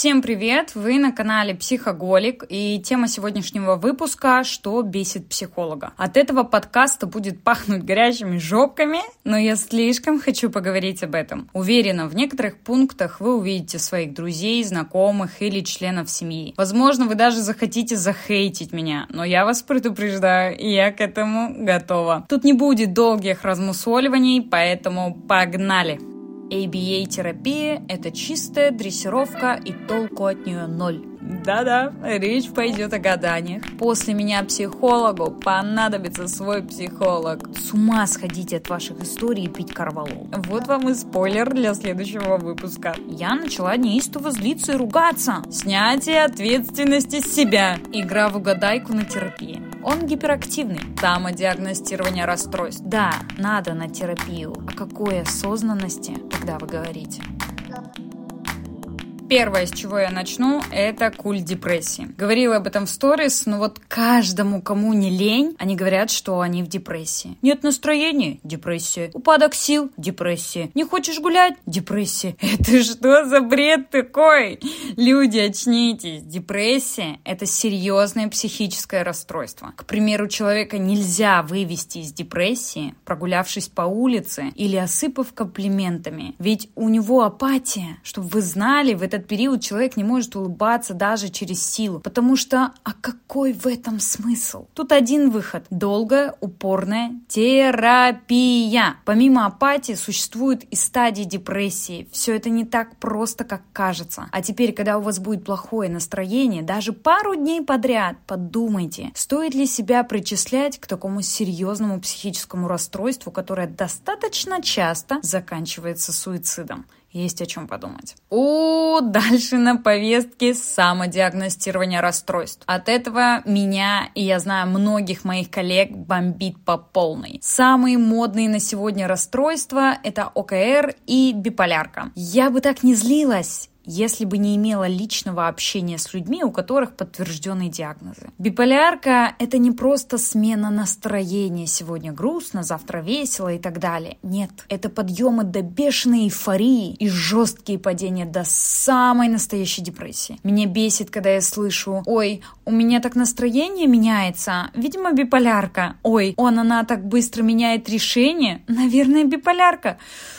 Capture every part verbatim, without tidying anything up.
Всем привет! Вы на канале Психоголик, и тема сегодняшнего выпуска «Что бесит психолога?». От этого подкаста будет пахнуть горячими жопками, но я слишком хочу поговорить об этом. Уверена, в некоторых пунктах вы увидите своих друзей, знакомых или членов семьи. Возможно, вы даже захотите захейтить меня, но я вас предупреждаю, и я к этому готова. Тут не будет долгих размусоливаний, поэтому погнали! эй би эй-терапия – это чистая дрессировка, и толку от нее ноль. Да-да, речь пойдет о гаданиях. После меня психологу понадобится свой психолог. С ума сходите от ваших историй и пить корвалол. Вот вам и спойлер для следующего выпуска. Я начала неистово злиться и ругаться. Снятие ответственности с себя. Игра в угадайку на терапии. Он гиперактивный. Самодиагностирование расстройств. Да, надо на терапию. О какой осознанности тогда вы говорите? Первое, с чего я начну, это культ депрессии. Говорила об этом в сторис, но вот каждому, кому не лень, они говорят, что они в депрессии. Нет настроения? Депрессия. Упадок сил? Депрессия. Не хочешь гулять? Депрессия. Это что за бред такой? Люди, очнитесь. Депрессия – это серьезное психическое расстройство. К примеру, человека нельзя вывести из депрессии, прогулявшись по улице или осыпав комплиментами. Ведь у него апатия. Чтобы вы знали, в этот период человек не может улыбаться даже через силу. Потому что, а какой в этом смысл? Тут один выход. Долгая, упорная терапия. Помимо апатии существуют и стадии депрессии. Все это не так просто, как кажется. А теперь, когда у вас будет плохое настроение, даже пару дней подряд, подумайте, стоит ли себя причислять к такому серьезному психическому расстройству, которое достаточно часто заканчивается суицидом. Есть о чем подумать. О, дальше на повестке самодиагностирование расстройств. От этого меня, и я знаю многих моих коллег, бомбит по полной. Самые модные на сегодня расстройства – это о ка эр и биполярка. Я бы так не злилась, если бы не имела личного общения с людьми, у которых подтвержденные диагнозы. Биполярка – это не просто смена настроения. Сегодня грустно, завтра весело и так далее. Нет, это подъемы до бешеной эйфории и жесткие падения до самой настоящей депрессии. Меня бесит, когда я слышу: «Ой, у меня так настроение меняется, видимо, биполярка». «Ой, он, она так быстро меняет решение, наверное, биполярка».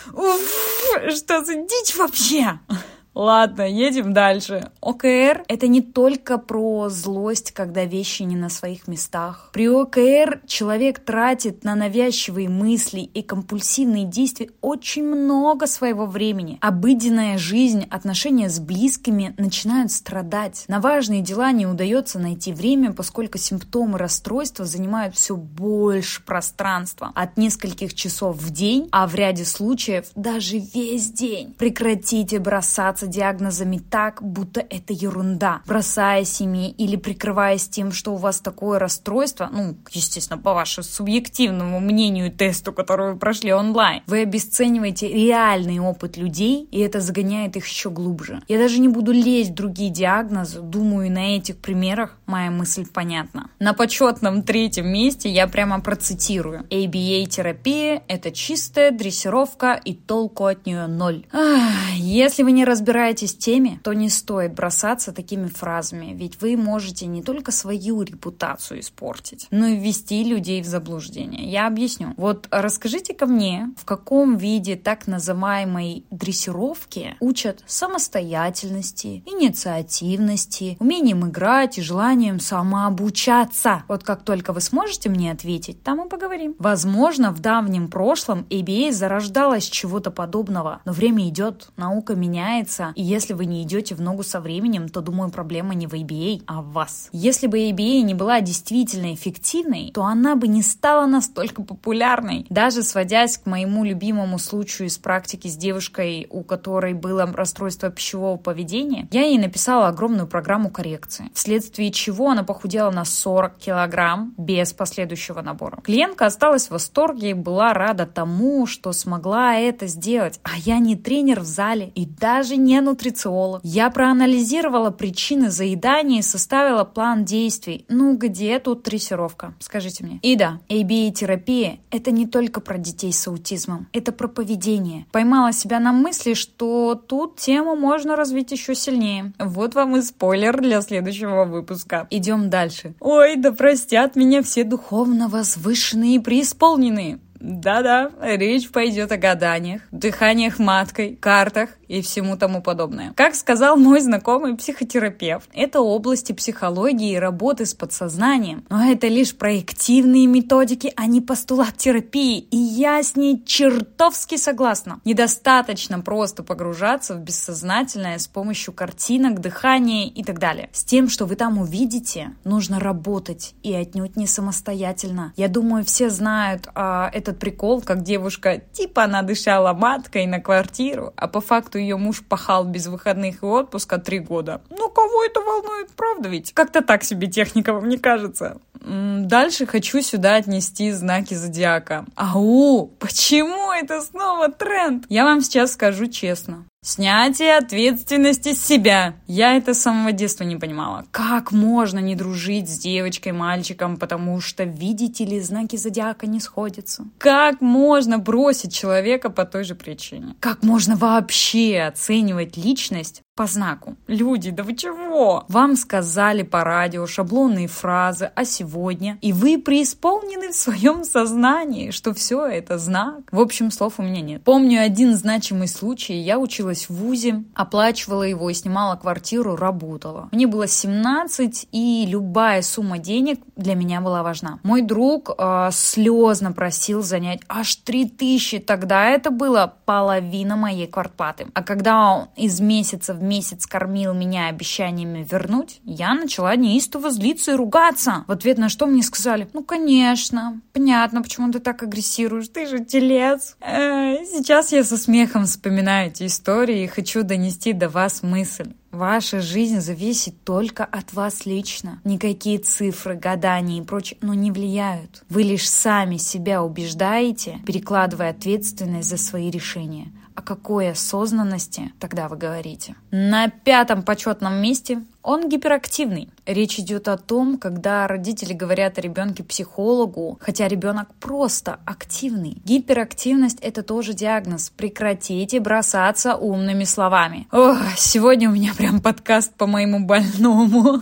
Уф, что за дичь вообще? Ладно, едем дальше. о ка эр – это не только про злость, когда вещи не на своих местах. При о ка эр человек тратит на навязчивые мысли и компульсивные действия очень много своего времени. Обыденная жизнь, отношения с близкими начинают страдать. На важные дела не удается найти время, поскольку симптомы расстройства занимают все больше пространства. От нескольких часов в день, а в ряде случаев даже весь день. Прекратите бросаться диагнозами так, будто это ерунда. Бросаясь ими или прикрываясь тем, что у вас такое расстройство, ну, естественно, по вашему субъективному мнению, тесту, который вы прошли онлайн, вы обесцениваете реальный опыт людей, и это загоняет их еще глубже. Я даже не буду лезть в другие диагнозы, думаю, на этих примерах моя мысль понятна. На почетном третьем месте я прямо процитирую. эй би эй-терапия – это чистая дрессировка, и толку от нее ноль. Ах, если вы не разбираетесь разбираетесь в теме, то не стоит бросаться такими фразами, ведь вы можете не только свою репутацию испортить, но и ввести людей в заблуждение. Я объясню. Вот расскажите-ка мне, в каком виде так называемой дрессировки учат самостоятельности, инициативности, умением играть и желанием самообучаться. Вот как только вы сможете мне ответить, там и поговорим. Возможно, в давнем прошлом эй би эй зарождалось чего-то подобного, но время идет, наука меняется, и если вы не идете в ногу со временем, то, думаю, проблема не в эй би эй, а в вас. Если бы эй би эй не была действительно эффективной, то она бы не стала настолько популярной. Даже сводясь к моему любимому случаю из практики с девушкой, у которой было расстройство пищевого поведения, я ей написала огромную программу коррекции, вследствие чего она похудела на сорок килограмм без последующего набора. Клиентка осталась в восторге и была рада тому, что смогла это сделать, а я не тренер в зале и даже не не нутрициолог. Я проанализировала причины заедания и составила план действий. Ну, где тут дрессировка? Скажите мне. И да, эй би эй-терапия – это не только про детей с аутизмом. Это про поведение. Поймала себя на мысли, что тут тему можно развить еще сильнее. Вот вам и спойлер для следующего выпуска. Идем дальше. Ой, да простят меня все духовно возвышенные и преисполненные. Да-да, речь пойдет о гаданиях, дыханиях маткой, картах и всему тому подобное. Как сказал мой знакомый психотерапевт, это области психологии и работы с подсознанием. Но это лишь проективные методики, а не постулат терапии. И я с ней чертовски согласна. Недостаточно просто погружаться в бессознательное с помощью картинок, дыхания и так далее. С тем, что вы там увидите, нужно работать и отнюдь не самостоятельно. Я думаю, все знают а, этот прикол, как девушка, типа она дышала маткой на квартиру, а по факту ее муж пахал без выходных и отпуска три года. Ну, кого это волнует, правда ведь? Как-то так себе техника, мне кажется. Дальше хочу сюда отнести знаки зодиака. Ау, почему это снова тренд? Я вам сейчас скажу честно. Снятие ответственности с себя. Я это с самого детства не понимала. Как можно не дружить с девочкой, мальчиком, потому что, видите ли, знаки зодиака не сходятся? Как можно бросить человека по той же причине? Как можно вообще оценивать личность по знаку? Люди, да вы чего? Вам сказали по радио шаблонные фразы, а сегодня и вы преисполнены в своем сознании, что все это знак. В общем, слов у меня нет. Помню один значимый случай. Я училась в вузе, оплачивала его и снимала квартиру, работала. Мне было семнадцать, и любая сумма денег для меня была важна. Мой друг э, слезно просил занять аж три тысячи. Тогда это было половина моей квартплаты. А когда он из месяца в месяц кормил меня обещаниями вернуть, я начала неистово злиться и ругаться. В ответ на что мне сказали: ну, конечно, понятно, почему ты так агрессируешь, ты же телец. Э, сейчас я со смехом вспоминаю эти истории и хочу донести до вас мысль. Ваша жизнь зависит только от вас лично. Никакие цифры, гадания и прочее, ну, не влияют. Вы лишь сами себя убеждаете, перекладывая ответственность за свои решения. О какой осознанности тогда вы говорите? На пятом почетном месте он гиперактивный. Речь идет о том, когда родители говорят о ребенке психологу, хотя ребенок просто активный. Гиперактивность – это тоже диагноз. Прекратите бросаться умными словами. Ох, сегодня у меня прям подкаст по моему больному.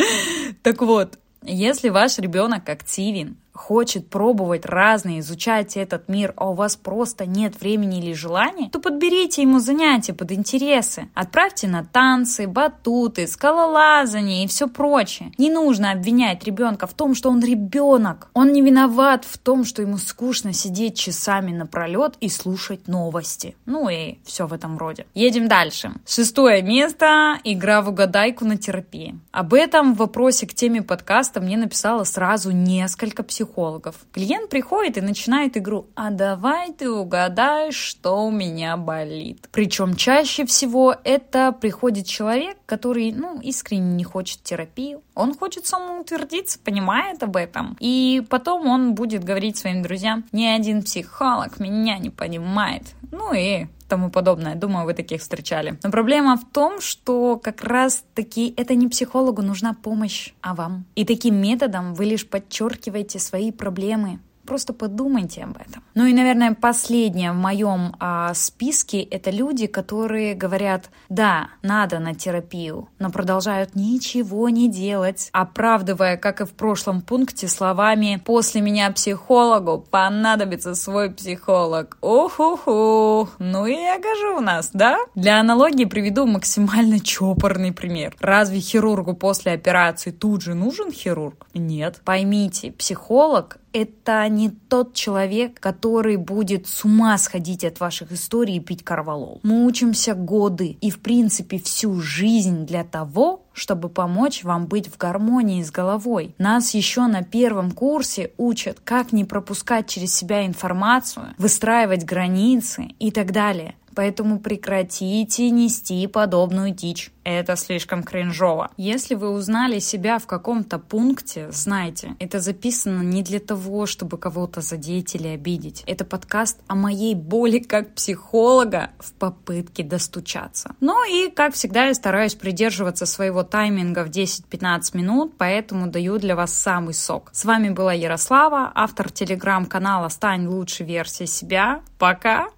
Так вот, если ваш ребенок активен, хочет пробовать разные, изучать этот мир, а у вас просто нет времени или желания, то подберите ему занятия под интересы. Отправьте на танцы, батуты, скалолазание и все прочее. Не нужно обвинять ребенка в том, что он ребенок. Он не виноват в том, что ему скучно сидеть часами напролет и слушать новости. Ну и все в этом роде. Едем дальше. Шестое место – игра в угадайку на терапии. Об этом в вопросе к теме подкаста мне написало сразу несколько психологов. Психологов. Клиент приходит и начинает игру: а давай ты угадаешь, что у меня болит. Причем чаще всего это приходит человек, который, ну, искренне не хочет терапию. Он хочет самоутвердиться, понимает об этом. И потом он будет говорить своим друзьям: ни один психолог меня не понимает. Ну и тому подобное. Думаю, вы таких встречали. Но проблема в том, что как раз-таки это не психологу нужна помощь, а вам. И таким методом вы лишь подчеркиваете свои проблемы. Просто подумайте об этом. Ну и, наверное, последнее в моем а, списке — это люди, которые говорят: да, надо на терапию, но продолжают ничего не делать, оправдывая, как и в прошлом пункте, словами: после меня психологу понадобится свой психолог. Уху-ху. Ну и огажу нас, да? Для аналогии приведу максимально чопорный пример. Разве хирургу после операции тут же нужен хирург? Нет. Поймите, психолог — это не тот человек, который будет с ума сходить от ваших историй и пить корвалол. Мы учимся годы и, в принципе, всю жизнь для того, чтобы помочь вам быть в гармонии с головой. Нас еще на первом курсе учат, как не пропускать через себя информацию, выстраивать границы и так далее. Поэтому прекратите нести подобную дичь. Это слишком кринжово. Если вы узнали себя в каком-то пункте, знайте, это записано не для того, чтобы кого-то задеть или обидеть. Это подкаст о моей боли как психолога в попытке достучаться. Ну и, как всегда, я стараюсь придерживаться своего тайминга в десять-пятнадцать минут, поэтому даю для вас самый сок. С вами была Ярослава, автор телеграм-канала «Стань лучшей версией себя». Пока!